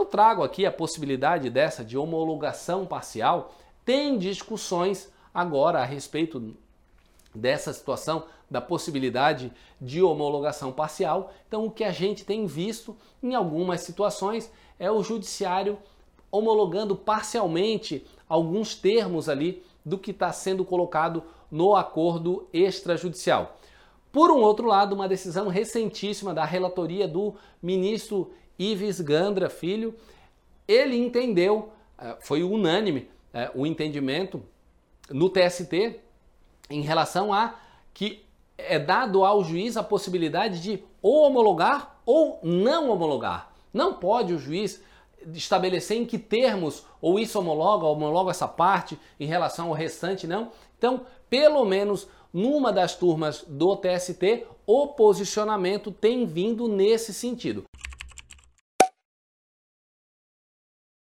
trago aqui a possibilidade dessa de homologação parcial. Tem discussões agora a respeito dessa situação, da possibilidade de homologação parcial. Então, o que a gente tem visto em algumas situações é o judiciário homologando parcialmente alguns termos ali do que está sendo colocado no acordo extrajudicial. Por um outro lado, uma decisão recentíssima da relatoria do ministro Ives Gandra Filho, ele entendeu, foi unânime o entendimento no TST em relação a que é dado ao juiz a possibilidade de ou homologar ou não homologar. Não pode o juiz estabelecer em que termos ou isso homologa essa parte em relação ao restante, não. Então, pelo menos numa das turmas do TST, o posicionamento tem vindo nesse sentido.